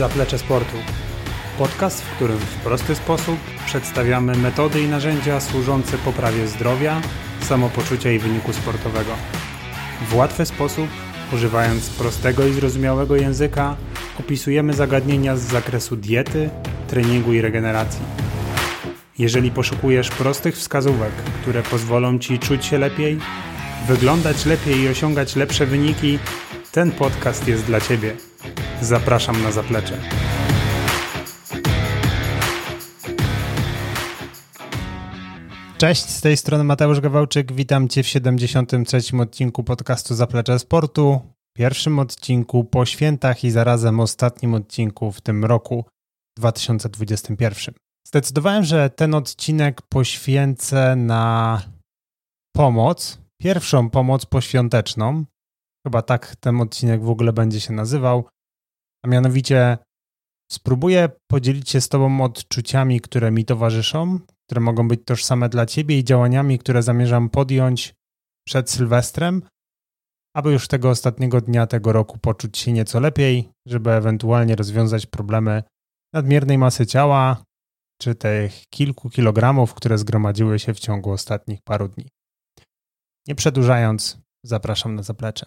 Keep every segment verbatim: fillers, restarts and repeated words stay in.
Zaplecze Sportu. Podcast, w którym w prosty sposób przedstawiamy metody i narzędzia służące poprawie zdrowia, samopoczucia i wyniku sportowego. W łatwy sposób, używając prostego i zrozumiałego języka, opisujemy zagadnienia z zakresu diety, treningu i regeneracji. Jeżeli poszukujesz prostych wskazówek, które pozwolą Ci czuć się lepiej, wyglądać lepiej i osiągać lepsze wyniki, ten podcast jest dla Ciebie. Zapraszam na zaplecze. Cześć, z tej strony Mateusz Gawałczyk. Witam Cię w siedemdziesiątym trzecim odcinku podcastu Zaplecze Sportu. Pierwszym odcinku po świętach i zarazem ostatnim odcinku w tym roku dwa tysiące dwudziestym pierwszym. Zdecydowałem, że ten odcinek poświęcę na pomoc, pierwszą pomoc poświąteczną. Chyba tak ten odcinek w ogóle będzie się nazywał. A mianowicie spróbuję podzielić się z Tobą odczuciami, które mi towarzyszą, które mogą być tożsame dla Ciebie i działaniami, które zamierzam podjąć przed Sylwestrem, aby już tego ostatniego dnia tego roku poczuć się nieco lepiej, żeby ewentualnie rozwiązać problemy nadmiernej masy ciała, czy tych kilku kilogramów, które zgromadziły się w ciągu ostatnich paru dni. Nie przedłużając, zapraszam na zaplecze.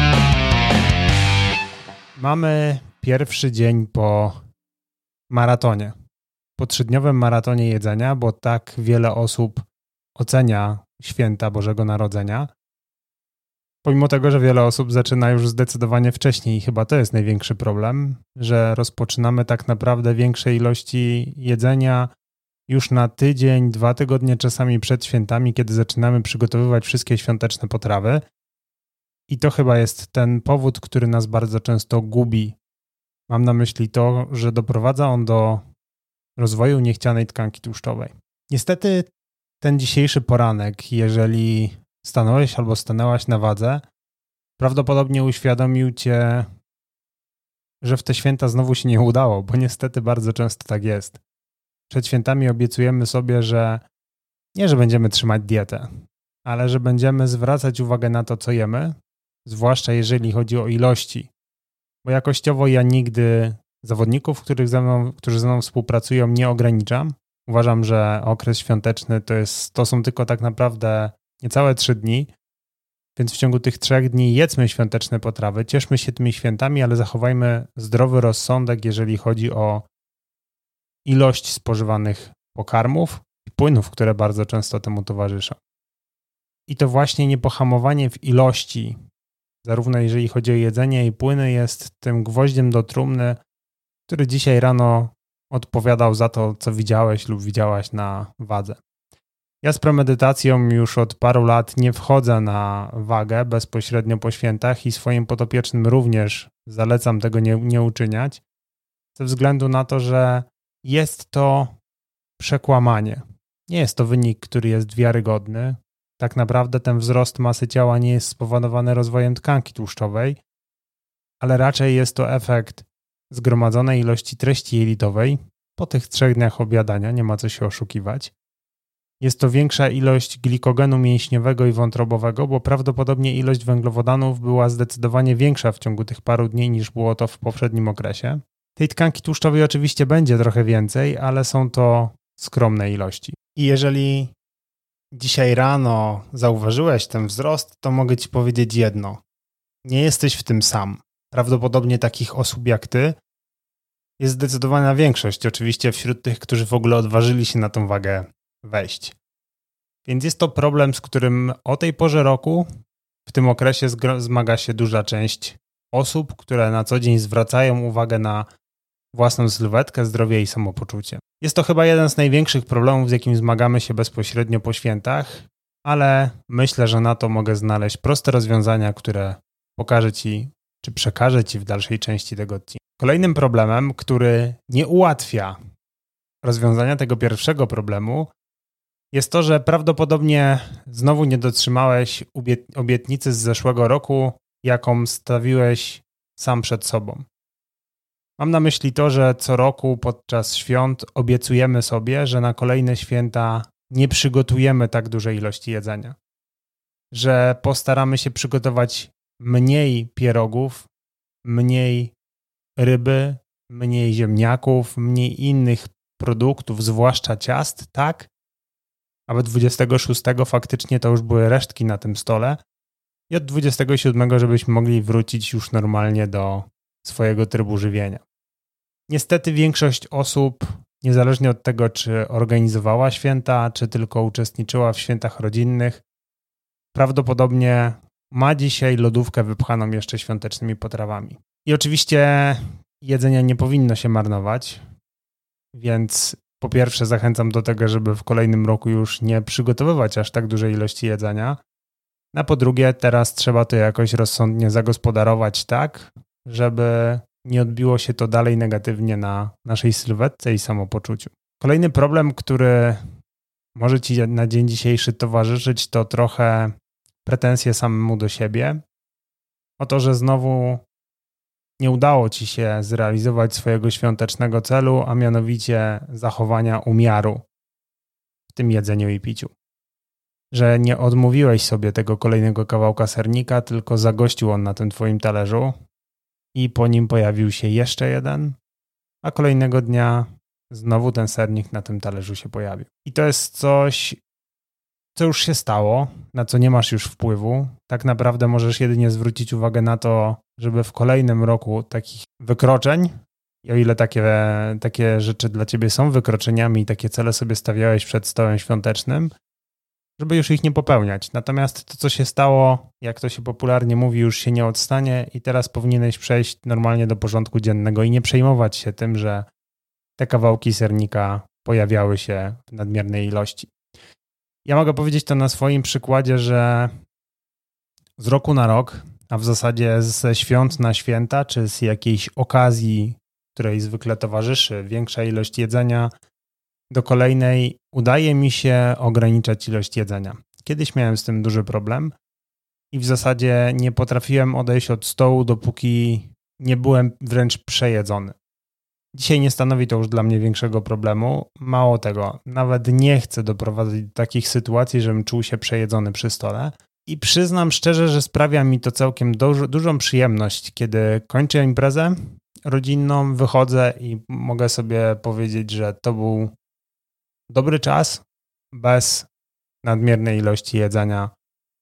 Mamy pierwszy dzień po maratonie, po trzydniowym maratonie jedzenia, bo tak wiele osób ocenia święta Bożego Narodzenia. Pomimo tego, że wiele osób zaczyna już zdecydowanie wcześniej i chyba to jest największy problem, że rozpoczynamy tak naprawdę większe ilości jedzenia już na tydzień, dwa tygodnie czasami przed świętami, kiedy zaczynamy przygotowywać wszystkie świąteczne potrawy. I to chyba jest ten powód, który nas bardzo często gubi. Mam na myśli to, że doprowadza on do rozwoju niechcianej tkanki tłuszczowej. Niestety ten dzisiejszy poranek, jeżeli stanąłeś albo stanęłaś na wadze, prawdopodobnie uświadomił Cię, że w te święta znowu się nie udało, bo niestety bardzo często tak jest. Przed świętami obiecujemy sobie, że nie, że będziemy trzymać dietę, ale że będziemy zwracać uwagę na to, co jemy, zwłaszcza jeżeli chodzi o ilości. Bo jakościowo ja nigdy zawodników, których ze mną, którzy ze mną współpracują, nie ograniczam. Uważam, że okres świąteczny to, jest, to są tylko tak naprawdę niecałe trzy dni, więc w ciągu tych trzech dni jedzmy świąteczne potrawy, cieszmy się tymi świętami, ale zachowajmy zdrowy rozsądek, jeżeli chodzi o ilość spożywanych pokarmów i płynów, które bardzo często temu towarzyszą. I to właśnie niepohamowanie w ilości, zarówno jeżeli chodzi o jedzenie i płyny, jest tym gwoździem do trumny, który dzisiaj rano odpowiadał za to, co widziałeś lub widziałaś na wadze. Ja z premedytacją już od paru lat nie wchodzę na wagę bezpośrednio po świętach i swoim podopiecznym również zalecam tego nie, nie uczyniać, ze względu na to, że jest to przekłamanie. Nie jest to wynik, który jest wiarygodny. Tak naprawdę ten wzrost masy ciała nie jest spowodowany rozwojem tkanki tłuszczowej, ale raczej jest to efekt zgromadzonej ilości treści jelitowej po tych trzech dniach objadania, nie ma co się oszukiwać. Jest to większa ilość glikogenu mięśniowego i wątrobowego, bo prawdopodobnie ilość węglowodanów była zdecydowanie większa w ciągu tych paru dni niż było to w poprzednim okresie. Tej tkanki tłuszczowej oczywiście będzie trochę więcej, ale są to skromne ilości. I jeżeli dzisiaj rano zauważyłeś ten wzrost, to mogę Ci powiedzieć jedno. Nie jesteś w tym sam. Prawdopodobnie takich osób jak Ty jest zdecydowana większość, oczywiście wśród tych, którzy w ogóle odważyli się na tą wagę wejść. Więc jest to problem, z którym o tej porze roku w tym okresie zmaga się duża część osób, które na co dzień zwracają uwagę na własną sylwetkę, zdrowie i samopoczucie. Jest to chyba jeden z największych problemów, z jakim zmagamy się bezpośrednio po świętach, ale myślę, że na to mogę znaleźć proste rozwiązania, które pokażę Ci, czy przekażę Ci w dalszej części tego odcinka. Kolejnym problemem, który nie ułatwia rozwiązania tego pierwszego problemu, jest to, że prawdopodobnie znowu nie dotrzymałeś obietnicy z zeszłego roku, jaką stawiłeś sam przed sobą. Mam na myśli to, że co roku podczas świąt obiecujemy sobie, że na kolejne święta nie przygotujemy tak dużej ilości jedzenia. Że postaramy się przygotować mniej pierogów, mniej ryby, mniej ziemniaków, mniej innych produktów, zwłaszcza ciast, tak, aby dwudziestego szóstego faktycznie to już były resztki na tym stole i od dwudziestego siódmego żebyśmy mogli wrócić już normalnie do swojego trybu żywienia. Niestety większość osób, niezależnie od tego, czy organizowała święta, czy tylko uczestniczyła w świętach rodzinnych, prawdopodobnie ma dzisiaj lodówkę wypchaną jeszcze świątecznymi potrawami. I oczywiście jedzenia nie powinno się marnować, więc po pierwsze zachęcam do tego, żeby w kolejnym roku już nie przygotowywać aż tak dużej ilości jedzenia, a po drugie teraz trzeba to jakoś rozsądnie zagospodarować tak, żeby nie odbiło się to dalej negatywnie na naszej sylwetce i samopoczuciu. Kolejny problem, który może Ci na dzień dzisiejszy towarzyszyć, to trochę pretensje samemu do siebie o to, że znowu nie udało Ci się zrealizować swojego świątecznego celu, a mianowicie zachowania umiaru w tym jedzeniu i piciu. Że nie odmówiłeś sobie tego kolejnego kawałka sernika, tylko zagościł on na tym Twoim talerzu i po nim pojawił się jeszcze jeden, a kolejnego dnia znowu ten sernik na tym talerzu się pojawił. I to jest coś, co już się stało, na co nie masz już wpływu. Tak naprawdę możesz jedynie zwrócić uwagę na to, żeby w kolejnym roku takich wykroczeń, i o ile takie, takie rzeczy dla Ciebie są wykroczeniami i takie cele sobie stawiałeś przed stołem świątecznym, żeby już ich nie popełniać. Natomiast to, co się stało, jak to się popularnie mówi, już się nie odstanie i teraz powinieneś przejść normalnie do porządku dziennego i nie przejmować się tym, że te kawałki sernika pojawiały się w nadmiernej ilości. Ja mogę powiedzieć to na swoim przykładzie, że z roku na rok, a w zasadzie ze świąt na święta, czy z jakiejś okazji, której zwykle towarzyszy większa ilość jedzenia, do kolejnej udaje mi się ograniczać ilość jedzenia. Kiedyś miałem z tym duży problem i w zasadzie nie potrafiłem odejść od stołu, dopóki nie byłem wręcz przejedzony. Dzisiaj nie stanowi to już dla mnie większego problemu. Mało tego, nawet nie chcę doprowadzać do takich sytuacji, żebym czuł się przejedzony przy stole. I przyznam szczerze, że sprawia mi to całkiem duż, dużą przyjemność, kiedy kończę imprezę rodzinną, wychodzę i mogę sobie powiedzieć, że to był dobry czas, bez nadmiernej ilości jedzenia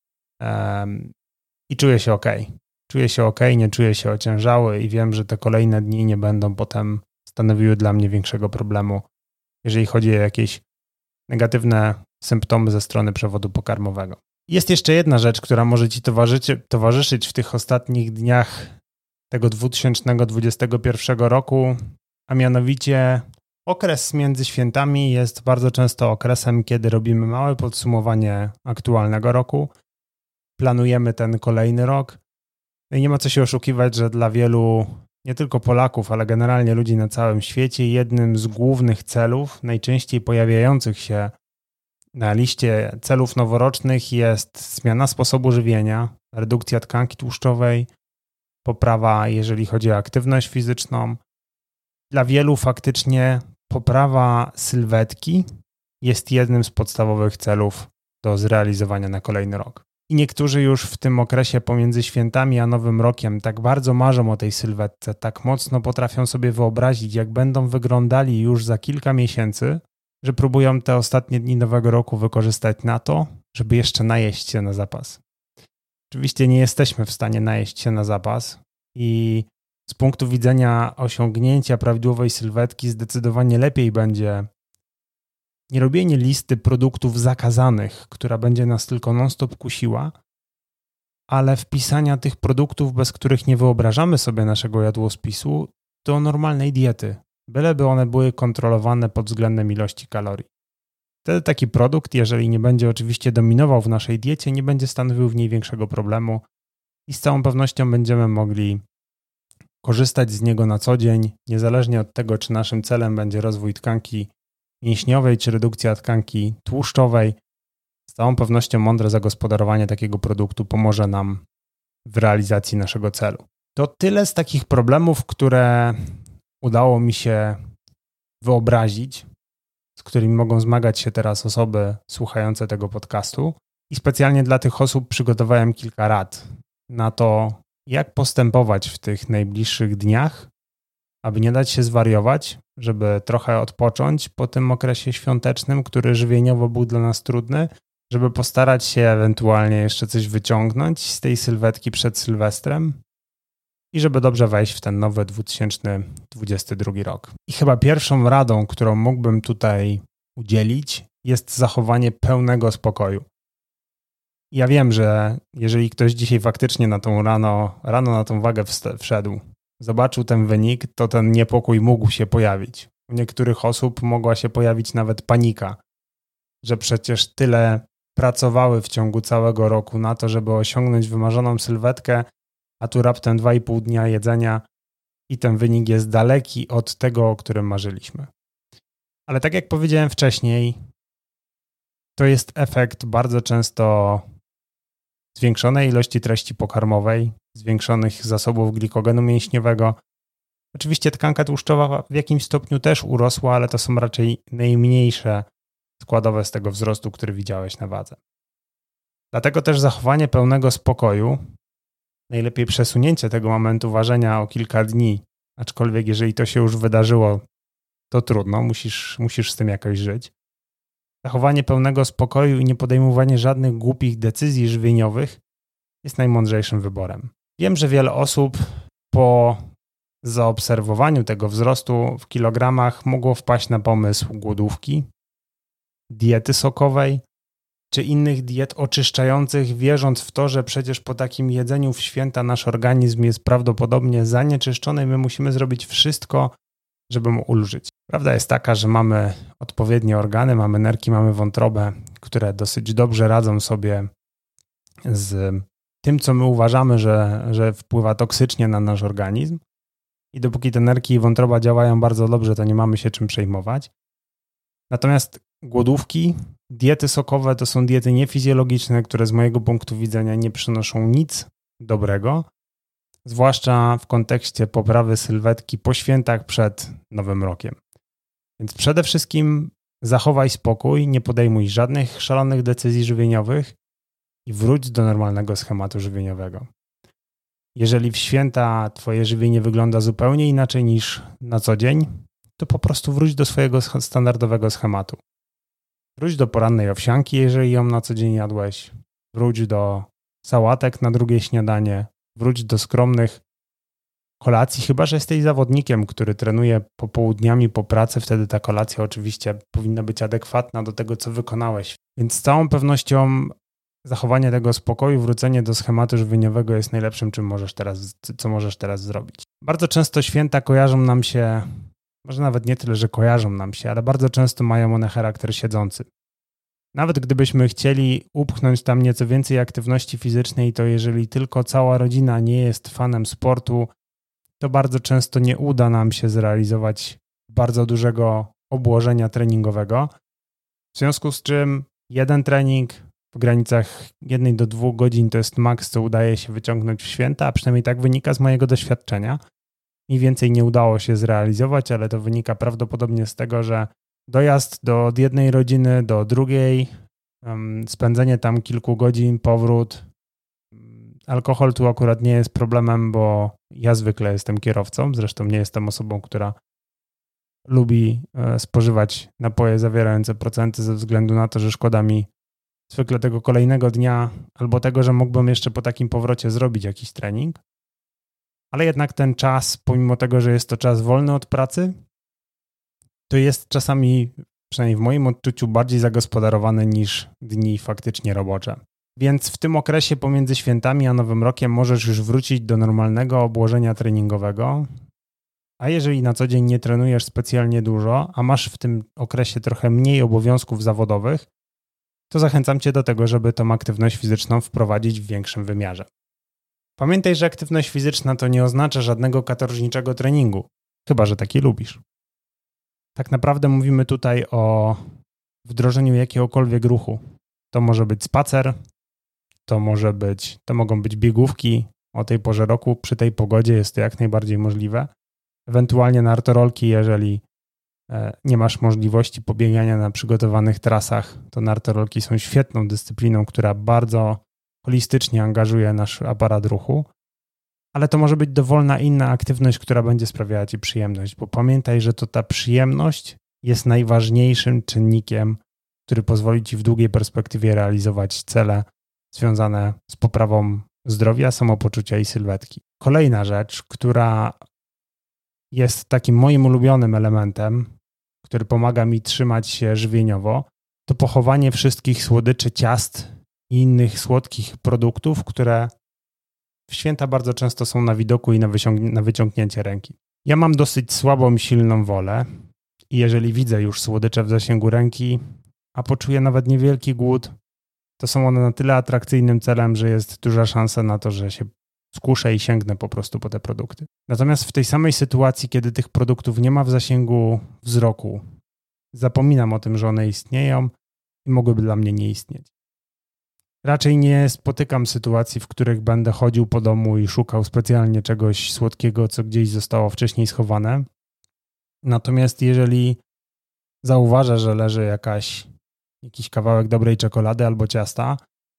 um, i czuję się ok. Czuję się ok, nie czuję się ociężały i wiem, że te kolejne dni nie będą potem stanowiły dla mnie większego problemu, jeżeli chodzi o jakieś negatywne symptomy ze strony przewodu pokarmowego. Jest jeszcze jedna rzecz, która może Ci towarzyszyć, towarzyszyć w tych ostatnich dniach tego dwa tysiące dwudziestego pierwszego roku, a mianowicie okres między świętami jest bardzo często okresem, kiedy robimy małe podsumowanie aktualnego roku, planujemy ten kolejny rok. No i nie ma co się oszukiwać, że dla wielu, nie tylko Polaków, ale generalnie ludzi na całym świecie, jednym z głównych celów, najczęściej pojawiających się na liście celów noworocznych jest zmiana sposobu żywienia, redukcja tkanki tłuszczowej, poprawa, jeżeli chodzi o aktywność fizyczną. Dla wielu faktycznie poprawa sylwetki jest jednym z podstawowych celów do zrealizowania na kolejny rok. I niektórzy już w tym okresie pomiędzy świętami a Nowym Rokiem tak bardzo marzą o tej sylwetce, tak mocno potrafią sobie wyobrazić, jak będą wyglądali już za kilka miesięcy, że próbują te ostatnie dni Nowego Roku wykorzystać na to, żeby jeszcze najeść się na zapas. Oczywiście nie jesteśmy w stanie najeść się na zapas i z punktu widzenia osiągnięcia prawidłowej sylwetki zdecydowanie lepiej będzie nie robienie listy produktów zakazanych, która będzie nas tylko non-stop kusiła, ale wpisania tych produktów, bez których nie wyobrażamy sobie naszego jadłospisu, do normalnej diety, byleby one były kontrolowane pod względem ilości kalorii. Wtedy taki produkt, jeżeli nie będzie oczywiście dominował w naszej diecie, nie będzie stanowił w niej większego problemu i z całą pewnością będziemy mogli korzystać z niego na co dzień, niezależnie od tego, czy naszym celem będzie rozwój tkanki mięśniowej, czy redukcja tkanki tłuszczowej. Z całą pewnością mądre zagospodarowanie takiego produktu pomoże nam w realizacji naszego celu. To tyle z takich problemów, które udało mi się wyobrazić, z którymi mogą zmagać się teraz osoby słuchające tego podcastu. I specjalnie dla tych osób przygotowałem kilka rad na to, jak postępować w tych najbliższych dniach, aby nie dać się zwariować, żeby trochę odpocząć po tym okresie świątecznym, który żywieniowo był dla nas trudny, żeby postarać się ewentualnie jeszcze coś wyciągnąć z tej sylwetki przed Sylwestrem i żeby dobrze wejść w ten nowy dwa tysiące dwudziesty drugi rok. I chyba pierwszą radą, którą mógłbym tutaj udzielić, jest zachowanie pełnego spokoju. Ja wiem, że jeżeli ktoś dzisiaj faktycznie na tą rano, rano na tą wagę wszedł, zobaczył ten wynik, to ten niepokój mógł się pojawić. U niektórych osób mogła się pojawić nawet panika, że przecież tyle pracowały w ciągu całego roku na to, żeby osiągnąć wymarzoną sylwetkę, a tu raptem dwa i pół dnia jedzenia i ten wynik jest daleki od tego, o którym marzyliśmy. Ale tak jak powiedziałem wcześniej, to jest efekt bardzo często zwiększonej ilości treści pokarmowej, zwiększonych zasobów glikogenu mięśniowego. Oczywiście tkanka tłuszczowa w jakimś stopniu też urosła, ale to są raczej najmniejsze składowe z tego wzrostu, który widziałeś na wadze. Dlatego też zachowanie pełnego spokoju, najlepiej przesunięcie tego momentu ważenia o kilka dni, aczkolwiek jeżeli to się już wydarzyło, to trudno, musisz, musisz z tym jakoś żyć. Zachowanie pełnego spokoju i nie podejmowanie żadnych głupich decyzji żywieniowych jest najmądrzejszym wyborem. Wiem, że wiele osób po zaobserwowaniu tego wzrostu w kilogramach mogło wpaść na pomysł głodówki, diety sokowej czy innych diet oczyszczających, wierząc w to, że przecież po takim jedzeniu w święta nasz organizm jest prawdopodobnie zanieczyszczony i my musimy zrobić wszystko, żeby mu ulżyć. Prawda jest taka, że mamy odpowiednie organy, mamy nerki, mamy wątrobę, które dosyć dobrze radzą sobie z tym, co my uważamy, że, że wpływa toksycznie na nasz organizm. I dopóki te nerki i wątroba działają bardzo dobrze, to nie mamy się czym przejmować. Natomiast głodówki, diety sokowe to są diety niefizjologiczne, które z mojego punktu widzenia nie przynoszą nic dobrego, zwłaszcza w kontekście poprawy sylwetki po świętach przed Nowym Rokiem. Więc przede wszystkim zachowaj spokój, nie podejmuj żadnych szalonych decyzji żywieniowych i wróć do normalnego schematu żywieniowego. Jeżeli w święta twoje żywienie wygląda zupełnie inaczej niż na co dzień, to po prostu wróć do swojego standardowego schematu. Wróć do porannej owsianki, jeżeli ją na co dzień jadłeś. Wróć do sałatek na drugie śniadanie. Wróć do skromnych kolacji, chyba że jesteś zawodnikiem, który trenuje popołudniami po pracy, wtedy ta kolacja oczywiście powinna być adekwatna do tego, co wykonałeś. Więc z całą pewnością zachowanie tego spokoju, wrócenie do schematu żywieniowego jest najlepszym, czym możesz teraz, co możesz teraz zrobić. Bardzo często święta kojarzą nam się, może nawet nie tyle, że kojarzą nam się, ale bardzo często mają one charakter siedzący. Nawet gdybyśmy chcieli upchnąć tam nieco więcej aktywności fizycznej, to jeżeli tylko cała rodzina nie jest fanem sportu, to bardzo często nie uda nam się zrealizować bardzo dużego obłożenia treningowego. W związku z czym jeden trening w granicach jednej do dwóch godzin to jest maks, co udaje się wyciągnąć w święta, a przynajmniej tak wynika z mojego doświadczenia. Mniej więcej nie udało się zrealizować, ale to wynika prawdopodobnie z tego, że dojazd do od jednej rodziny do drugiej, um, spędzenie tam kilku godzin, powrót. Alkohol tu akurat nie jest problemem, bo ja zwykle jestem kierowcą, zresztą nie jestem osobą, która lubi e, spożywać napoje zawierające procenty ze względu na to, że szkoda mi zwykle tego kolejnego dnia albo tego, że mógłbym jeszcze po takim powrocie zrobić jakiś trening. Ale jednak ten czas, pomimo tego, że jest to czas wolny od pracy, to jest czasami, przynajmniej w moim odczuciu, bardziej zagospodarowany niż dni faktycznie robocze. Więc w tym okresie pomiędzy świętami a Nowym Rokiem możesz już wrócić do normalnego obłożenia treningowego, a jeżeli na co dzień nie trenujesz specjalnie dużo, a masz w tym okresie trochę mniej obowiązków zawodowych, to zachęcam Cię do tego, żeby tą aktywność fizyczną wprowadzić w większym wymiarze. Pamiętaj, że aktywność fizyczna to nie oznacza żadnego katorżniczego treningu, chyba że taki lubisz. Tak naprawdę mówimy tutaj o wdrożeniu jakiegokolwiek ruchu. To może być spacer, to może być, to mogą być biegówki o tej porze roku, przy tej pogodzie jest to jak najbardziej możliwe. Ewentualnie nartorolki, jeżeli nie masz możliwości pobiegania na przygotowanych trasach, to nartorolki są świetną dyscypliną, która bardzo holistycznie angażuje nasz aparat ruchu. ale to może być dowolna inna aktywność, która będzie sprawiała Ci przyjemność, bo pamiętaj, że to ta przyjemność jest najważniejszym czynnikiem, który pozwoli Ci w długiej perspektywie realizować cele związane z poprawą zdrowia, samopoczucia i sylwetki. Kolejna rzecz, która jest takim moim ulubionym elementem, który pomaga mi trzymać się żywieniowo, to pochowanie wszystkich słodyczy, ciast i innych słodkich produktów, które w święta bardzo często są na widoku i na, wyciąg- na wyciągnięcie ręki. Ja mam dosyć słabą, silną wolę i jeżeli widzę już słodycze w zasięgu ręki, a poczuję nawet niewielki głód, to są one na tyle atrakcyjnym celem, że jest duża szansa na to, że się skuszę i sięgnę po prostu po te produkty. Natomiast w tej samej sytuacji, kiedy tych produktów nie ma w zasięgu wzroku, zapominam o tym, że one istnieją i mogłyby dla mnie nie istnieć. Raczej nie spotykam sytuacji, w których będę chodził po domu i szukał specjalnie czegoś słodkiego, co gdzieś zostało wcześniej schowane. Natomiast jeżeli zauważę, że leży jakaś, jakiś kawałek dobrej czekolady albo ciasta,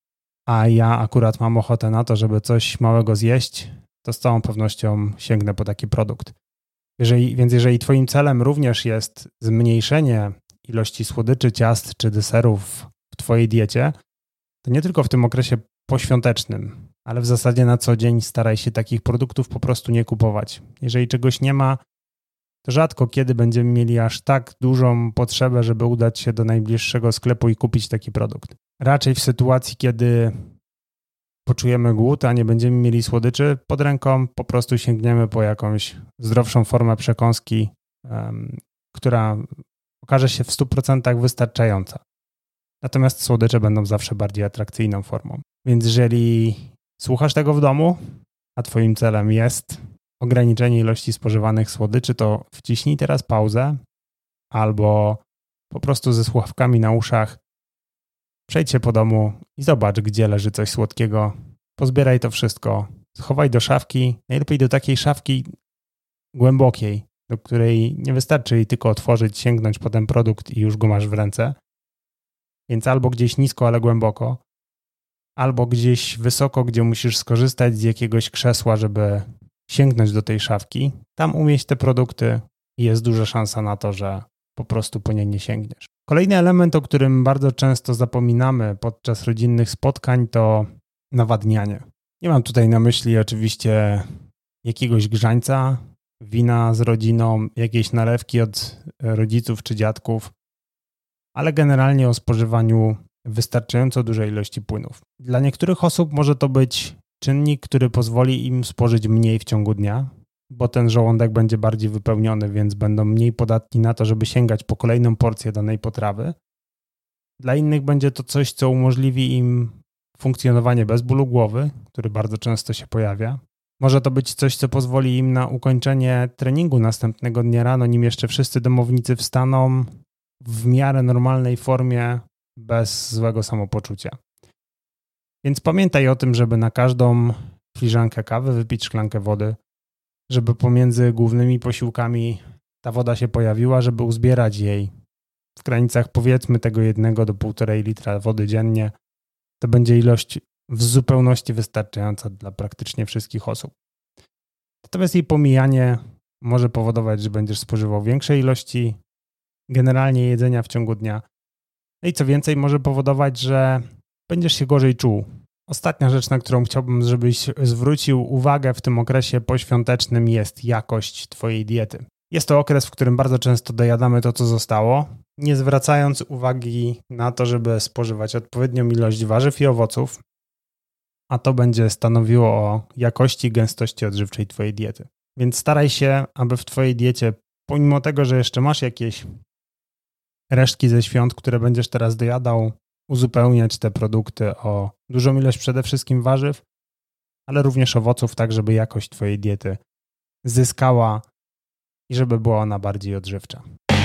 a ja akurat mam ochotę na to, żeby coś małego zjeść, to z całą pewnością sięgnę po taki produkt. Jeżeli, więc jeżeli Twoim celem również jest zmniejszenie ilości słodyczy, ciast czy deserów w Twojej diecie, to nie tylko w tym okresie poświątecznym, ale w zasadzie na co dzień staraj się takich produktów po prostu nie kupować. Jeżeli czegoś nie ma, to rzadko kiedy będziemy mieli aż tak dużą potrzebę, żeby udać się do najbliższego sklepu i kupić taki produkt. Raczej w sytuacji, kiedy poczujemy głód, a nie będziemy mieli słodyczy pod ręką, po prostu sięgniemy po jakąś zdrowszą formę przekąski, um, która okaże się w stu procentach wystarczająca. Natomiast słodycze będą zawsze bardziej atrakcyjną formą. Więc jeżeli słuchasz tego w domu, a Twoim celem jest ograniczenie ilości spożywanych słodyczy, to wciśnij teraz pauzę albo po prostu ze słuchawkami na uszach przejdź się po domu i zobacz, gdzie leży coś słodkiego. Pozbieraj to wszystko, schowaj do szafki, najlepiej do takiej szafki głębokiej, do której nie wystarczy jej tylko otworzyć, sięgnąć po ten produkt i już go masz w ręce. Więc albo gdzieś nisko, ale głęboko, albo gdzieś wysoko, gdzie musisz skorzystać z jakiegoś krzesła, żeby sięgnąć do tej szafki. Tam umieść te produkty i jest duża szansa na to, że po prostu po nie nie sięgniesz. Kolejny element, o którym bardzo często zapominamy podczas rodzinnych spotkań, to nawadnianie. Nie mam tutaj na myśli oczywiście jakiegoś grzańca, wina z rodziną, jakiejś nalewki od rodziców czy dziadków, ale generalnie o spożywaniu wystarczająco dużej ilości płynów. Dla niektórych osób może to być czynnik, który pozwoli im spożyć mniej w ciągu dnia, bo ten żołądek będzie bardziej wypełniony, więc będą mniej podatni na to, żeby sięgać po kolejną porcję danej potrawy. Dla innych będzie to coś, co umożliwi im funkcjonowanie bez bólu głowy, który bardzo często się pojawia. Może to być coś, co pozwoli im na ukończenie treningu następnego dnia rano, nim jeszcze wszyscy domownicy wstaną w miarę normalnej formie, bez złego samopoczucia. Więc pamiętaj o tym, żeby na każdą filiżankę kawy wypić szklankę wody, żeby pomiędzy głównymi posiłkami ta woda się pojawiła, żeby uzbierać jej w granicach powiedzmy tego jednego do półtorej litra wody dziennie. To będzie ilość w zupełności wystarczająca dla praktycznie wszystkich osób. Natomiast jej pomijanie może powodować, że będziesz spożywał większe ilości generalnie jedzenia w ciągu dnia. No i co więcej, może powodować, że będziesz się gorzej czuł. Ostatnia rzecz, na którą chciałbym, żebyś zwrócił uwagę w tym okresie poświątecznym, jest jakość Twojej diety. Jest to okres, w którym bardzo często dojadamy to, co zostało, nie zwracając uwagi na to, żeby spożywać odpowiednią ilość warzyw i owoców, a to będzie stanowiło o jakości i gęstości odżywczej Twojej diety. Więc staraj się, aby w Twojej diecie, pomimo tego, że jeszcze masz jakieś resztki ze świąt, które będziesz teraz dojadał, uzupełniać te produkty o dużą ilość przede wszystkim warzyw, ale również owoców, tak żeby jakość Twojej diety zyskała i żeby była ona bardziej odżywcza.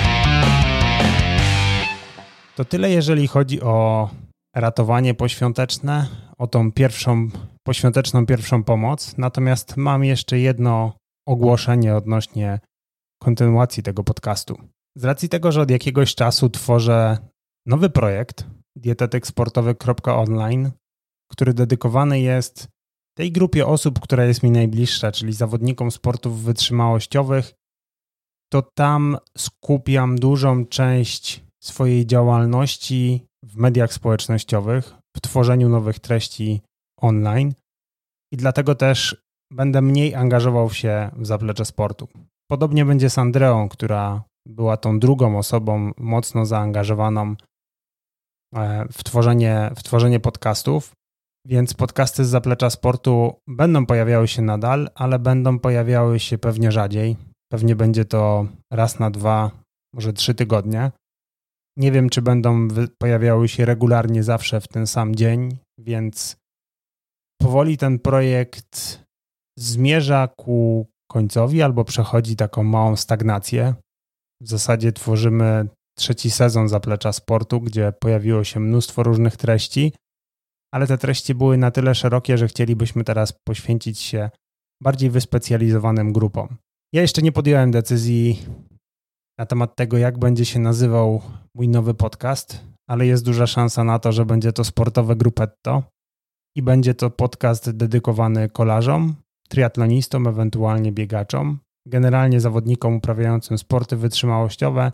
To tyle, jeżeli chodzi o ratowanie poświąteczne, o tą pierwszą, poświąteczną pierwszą pomoc. Natomiast mam jeszcze jedno ogłoszenie odnośnie kontynuacji tego podcastu. Z racji tego, że od jakiegoś czasu tworzę nowy projekt dietetyk sportowy kropka online, który dedykowany jest Tej grupie osób, która jest mi najbliższa, czyli zawodnikom sportów wytrzymałościowych, to tam skupiam dużą część swojej działalności w mediach społecznościowych, w tworzeniu nowych treści online i dlatego też będę mniej angażował się w zaplecze sportu. Podobnie będzie z Andreą, która była tą drugą osobą mocno zaangażowaną w tworzenie, w tworzenie podcastów, więc podcasty z zaplecza sportu będą pojawiały się nadal, ale będą pojawiały się pewnie rzadziej. Pewnie będzie to raz na dwa, może trzy tygodnie. Nie wiem, czy będą pojawiały się regularnie zawsze w ten sam dzień, więc powoli ten projekt zmierza ku końcowi albo przechodzi taką małą stagnację. W zasadzie tworzymy trzeci sezon Zaplecza Sportu, gdzie pojawiło się mnóstwo różnych treści, ale te treści były na tyle szerokie, że chcielibyśmy teraz poświęcić się bardziej wyspecjalizowanym grupom. Ja jeszcze nie podjąłem decyzji na temat tego, jak będzie się nazywał mój nowy podcast, ale jest duża szansa na to, że będzie to sportowe Gruppetto i będzie to podcast dedykowany kolarzom, triatlonistom, ewentualnie biegaczom, generalnie zawodnikom uprawiającym sporty wytrzymałościowe,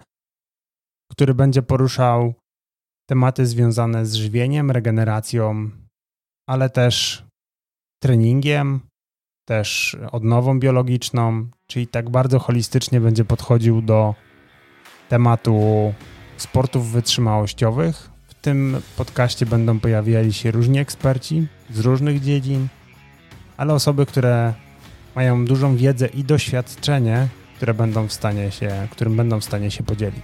który będzie poruszał tematy związane z żywieniem, regeneracją, ale też treningiem, też odnową biologiczną, czyli tak bardzo holistycznie będzie podchodził do tematu sportów wytrzymałościowych. W tym podcaście będą pojawiali się różni eksperci z różnych dziedzin, ale osoby, które mają dużą wiedzę i doświadczenie, które będą w stanie się, którym będą w stanie się podzielić.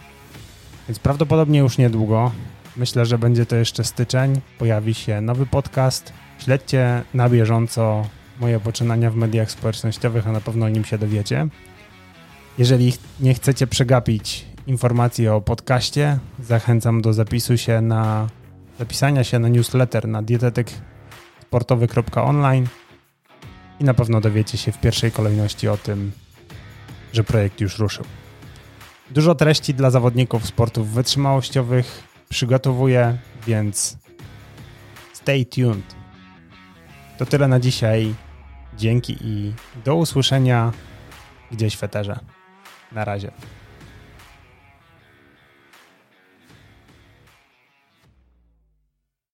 Więc prawdopodobnie już niedługo, myślę, że będzie to jeszcze styczeń, pojawi się nowy podcast. Śledźcie na bieżąco moje poczynania w mediach społecznościowych, a na pewno o nim się dowiecie. Jeżeli nie chcecie przegapić informacji o podcaście, zachęcam do zapisu się na, zapisania się na newsletter na dietetyk sportowy kropka online i na pewno dowiecie się w pierwszej kolejności o tym, że projekt już ruszył. Dużo treści dla zawodników sportów wytrzymałościowych przygotowuję, więc stay tuned. To tyle na dzisiaj. Dzięki i do usłyszenia gdzieś w eterze. Na razie.